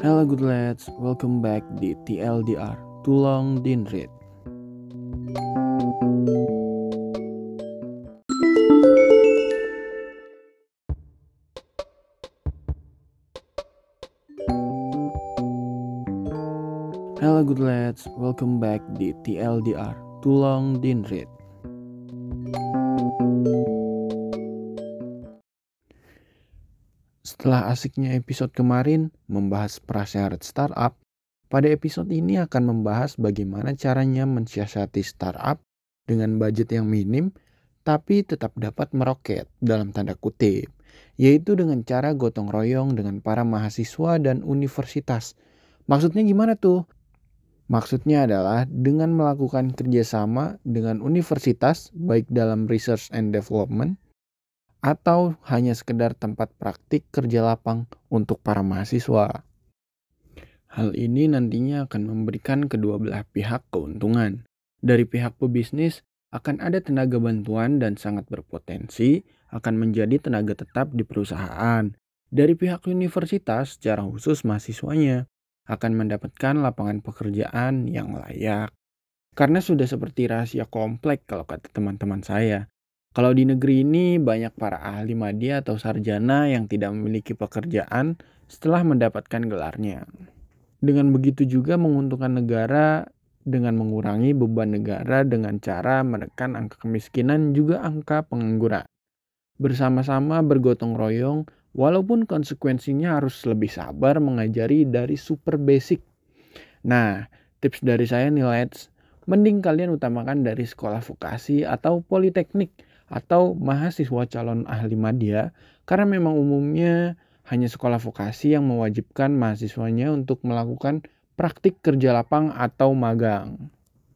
Hello good lads, welcome back di TLDR, Too Long Didn't Read. Hello good lads, welcome back di TLDR, Too Long Didn't Read. Setelah asiknya episode kemarin membahas prasyarat startup, pada episode ini akan membahas bagaimana caranya mensiasati startup dengan budget yang minim tapi tetap dapat meroket dalam tanda kutip, yaitu dengan cara gotong royong dengan para mahasiswa dan universitas. Maksudnya gimana tuh? Maksudnya adalah dengan melakukan kerjasama dengan universitas baik dalam research and development atau hanya sekedar tempat praktik kerja lapang untuk para mahasiswa. Hal ini nantinya akan memberikan kedua belah pihak keuntungan. Dari pihak pebisnis akan ada tenaga bantuan dan sangat berpotensi akan menjadi tenaga tetap di perusahaan. Dari pihak universitas secara khusus mahasiswanya akan mendapatkan lapangan pekerjaan yang layak. Karena sudah seperti rahasia komplek kalau kata teman-teman saya. Kalau di negeri ini banyak para ahli madya atau sarjana yang tidak memiliki pekerjaan setelah mendapatkan gelarnya. Dengan begitu juga menguntungkan negara dengan mengurangi beban negara dengan cara menekan angka kemiskinan juga angka pengangguran. Bersama-sama bergotong royong walaupun konsekuensinya harus lebih sabar mengajari dari super basic. Nah, tips dari saya nih lads, mending kalian utamakan dari sekolah vokasi atau politeknik atau mahasiswa calon ahli madya karena memang umumnya hanya sekolah vokasi yang mewajibkan mahasiswanya untuk melakukan praktik kerja lapang atau magang.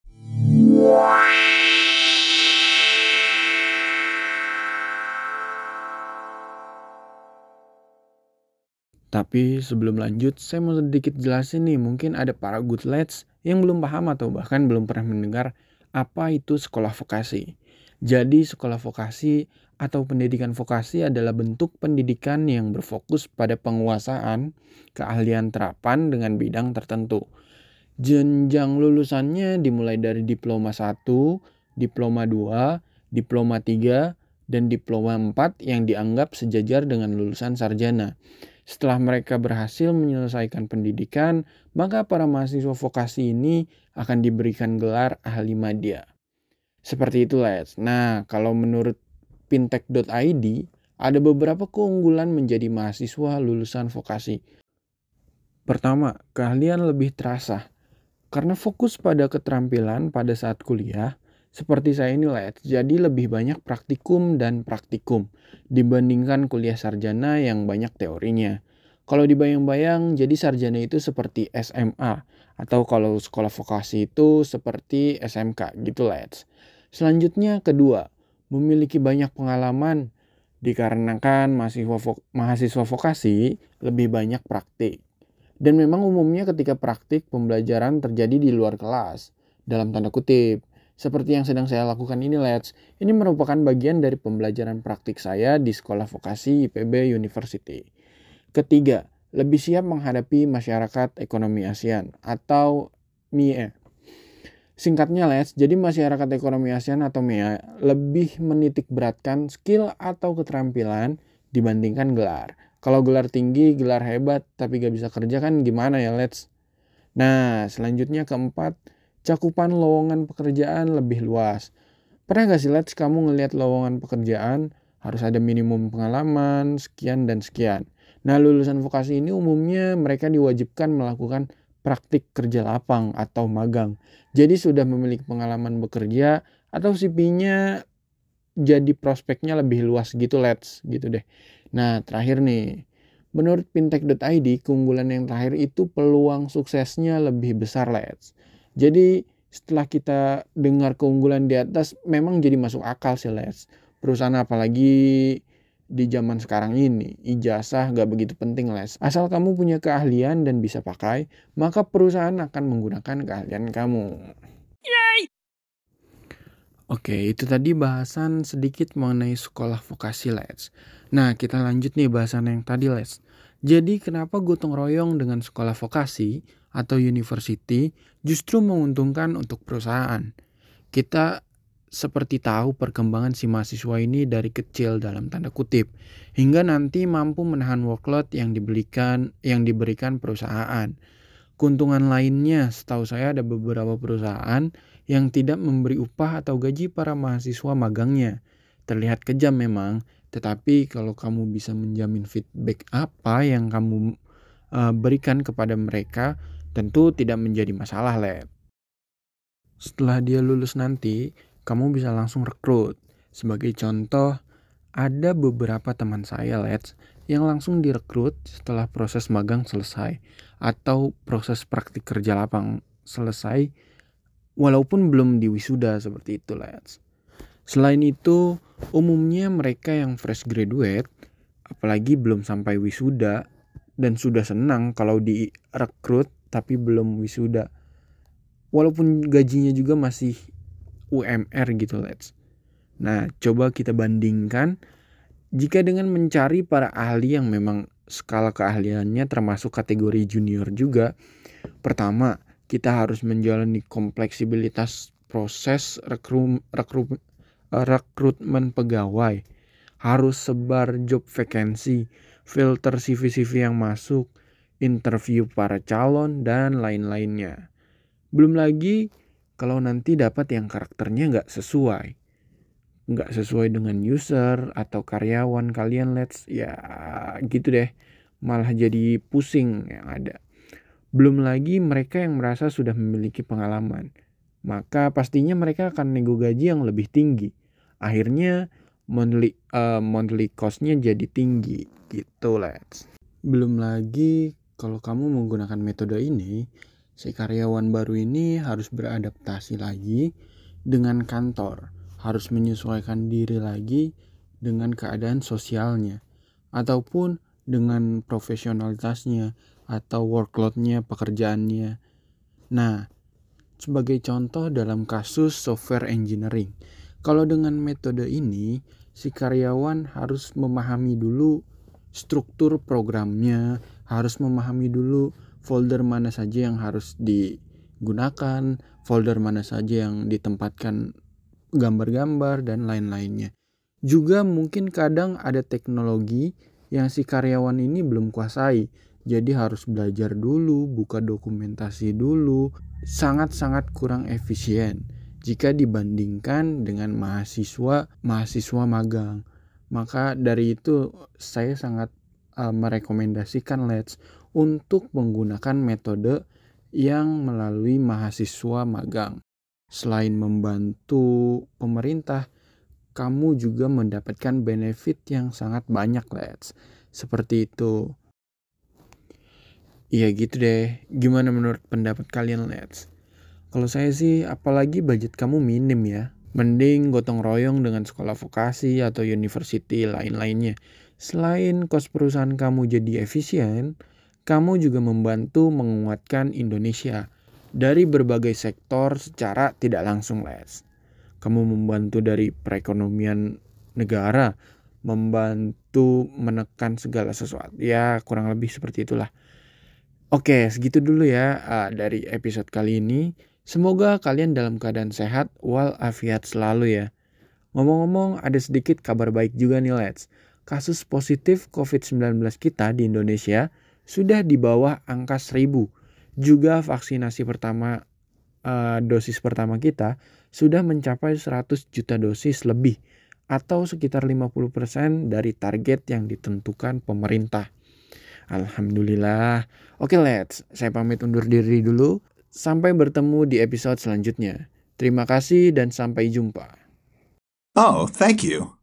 Tapi sebelum lanjut, saya mau sedikit jelasin nih, mungkin ada para good lads yang belum paham atau bahkan belum pernah mendengar apa itu sekolah vokasi. Jadi sekolah vokasi atau pendidikan vokasi adalah bentuk pendidikan yang berfokus pada penguasaan keahlian terapan dengan bidang tertentu. Jenjang lulusannya dimulai dari diploma 1, diploma 2, diploma 3, dan diploma 4 yang dianggap sejajar dengan lulusan sarjana. Setelah mereka berhasil menyelesaikan pendidikan, maka para mahasiswa vokasi ini akan diberikan gelar ahli madya. Seperti itu lads. Nah, kalau menurut fintech.id, ada beberapa keunggulan menjadi mahasiswa lulusan vokasi. Pertama, keahlian lebih terasa. Karena fokus pada keterampilan pada saat kuliah, seperti saya ini lads, jadi lebih banyak praktikum dan praktikum dibandingkan kuliah sarjana yang banyak teorinya. Kalau dibayang-bayang, jadi sarjana itu seperti SMA, atau kalau sekolah vokasi itu seperti SMK gitu lads. Selanjutnya kedua, memiliki banyak pengalaman dikarenakan mahasiswa vokasi lebih banyak praktik. Dan memang umumnya ketika praktik pembelajaran terjadi di luar kelas, dalam tanda kutip. Seperti yang sedang saya lakukan ini lads, ini merupakan bagian dari pembelajaran praktik saya di Sekolah Vokasi IPB University. Ketiga, lebih siap menghadapi masyarakat ekonomi ASEAN atau MIE. Singkatnya lads, jadi masyarakat ekonomi ASEAN atau MEA lebih menitik beratkan skill atau keterampilan dibandingkan gelar. Kalau gelar tinggi, gelar hebat, tapi gak bisa kerja kan gimana ya lads? Nah, selanjutnya keempat, cakupan lowongan pekerjaan lebih luas. Pernah gak sih lads kamu ngelihat lowongan pekerjaan harus ada minimum pengalaman, sekian dan sekian. Nah, lulusan vokasi ini umumnya mereka diwajibkan melakukan praktik kerja lapang atau magang. Jadi sudah memiliki pengalaman bekerja atau CV-nya jadi prospeknya lebih luas gitu lads, gitu deh. Nah, terakhir nih, menurut fintech.id, keunggulan yang terakhir itu peluang suksesnya lebih besar lads. Jadi setelah kita dengar keunggulan di atas, memang jadi masuk akal sih lads. Perusahaan apalagi di zaman sekarang ini, ijazah gak begitu penting les. Asal kamu punya keahlian dan bisa pakai, maka perusahaan akan menggunakan keahlian kamu. Yay! Oke, itu tadi bahasan sedikit mengenai sekolah vokasi les. Nah, kita lanjut nih bahasan yang tadi les. Jadi kenapa gotong royong dengan sekolah vokasi atau university justru menguntungkan untuk perusahaan? Kita seperti tahu perkembangan si mahasiswa ini dari kecil dalam tanda kutip, hingga nanti mampu menahan workload yang diberikan perusahaan. Keuntungan lainnya, setahu saya ada beberapa perusahaan yang tidak memberi upah atau gaji para mahasiswa magangnya. Terlihat kejam memang, tetapi kalau kamu bisa menjamin feedback apa yang kamu berikan kepada mereka, tentu tidak menjadi masalah, Lab. Setelah dia lulus nanti, kamu bisa langsung rekrut. Sebagai contoh, ada beberapa teman saya, Lets, yang langsung direkrut setelah proses magang selesai atau proses praktik kerja lapang selesai walaupun belum diwisuda seperti itu, Lets. Selain itu, umumnya mereka yang fresh graduate, apalagi belum sampai wisuda dan sudah senang kalau direkrut tapi belum wisuda. Walaupun gajinya juga masih UMR gitu, Lets. Nah, coba kita bandingkan jika dengan mencari para ahli yang memang skala keahliannya termasuk kategori junior juga. Pertama, kita harus menjalani kompleksibilitas proses rekrutmen pegawai. Harus sebar job vacancy, filter CV-CV yang masuk, interview para calon, dan lain-lainnya. Belum lagi kalau nanti dapat yang karakternya nggak sesuai dengan user atau karyawan kalian, ya gitu deh, malah jadi pusing yang ada. Belum lagi mereka yang merasa sudah memiliki pengalaman, maka pastinya mereka akan nego gaji yang lebih tinggi. Akhirnya monthly cost-nya jadi tinggi gitu, Let's. Belum lagi kalau kamu menggunakan metode ini, si karyawan baru ini harus beradaptasi lagi dengan kantor, harus menyesuaikan diri lagi dengan keadaan sosialnya, ataupun dengan profesionalitasnya atau workload-nya, pekerjaannya. Nah, sebagai contoh dalam kasus software engineering, kalau dengan metode ini, si karyawan harus memahami dulu struktur programnya, harus memahami dulu folder mana saja yang harus digunakan, folder mana saja yang ditempatkan gambar-gambar dan lain-lainnya. Juga mungkin kadang ada teknologi yang si karyawan ini belum kuasai, jadi harus belajar dulu, buka dokumentasi dulu. Sangat-sangat kurang efisien jika dibandingkan dengan mahasiswa magang. Maka dari itu saya sangat merekomendasikan Let's untuk menggunakan metode yang melalui mahasiswa magang. Selain membantu pemerintah, kamu juga mendapatkan benefit yang sangat banyak, Let's. Seperti itu. Iya gitu deh. Gimana menurut pendapat kalian, Let's? Kalau saya sih, apalagi budget kamu minim ya. Mending gotong royong dengan sekolah vokasi atau university lain-lainnya. Selain kos perusahaan kamu jadi efisien, kamu juga membantu menguatkan Indonesia dari berbagai sektor secara tidak langsung, Les. Kamu membantu dari perekonomian negara, membantu menekan segala sesuatu. Ya, kurang lebih seperti itulah. Oke, segitu dulu ya dari episode kali ini. Semoga kalian dalam keadaan sehat walafiat selalu ya. Ngomong-ngomong, ada sedikit kabar baik juga nih, Let's. Kasus positif COVID-19 kita di Indonesia sudah di bawah angka 1000. Juga vaksinasi pertama, dosis pertama kita sudah mencapai 100 juta dosis lebih, atau sekitar 50% dari target yang ditentukan pemerintah. Alhamdulillah. Oke, Let's. Saya pamit undur diri dulu. Sampai bertemu di episode selanjutnya. Terima kasih dan sampai jumpa. Oh, thank you.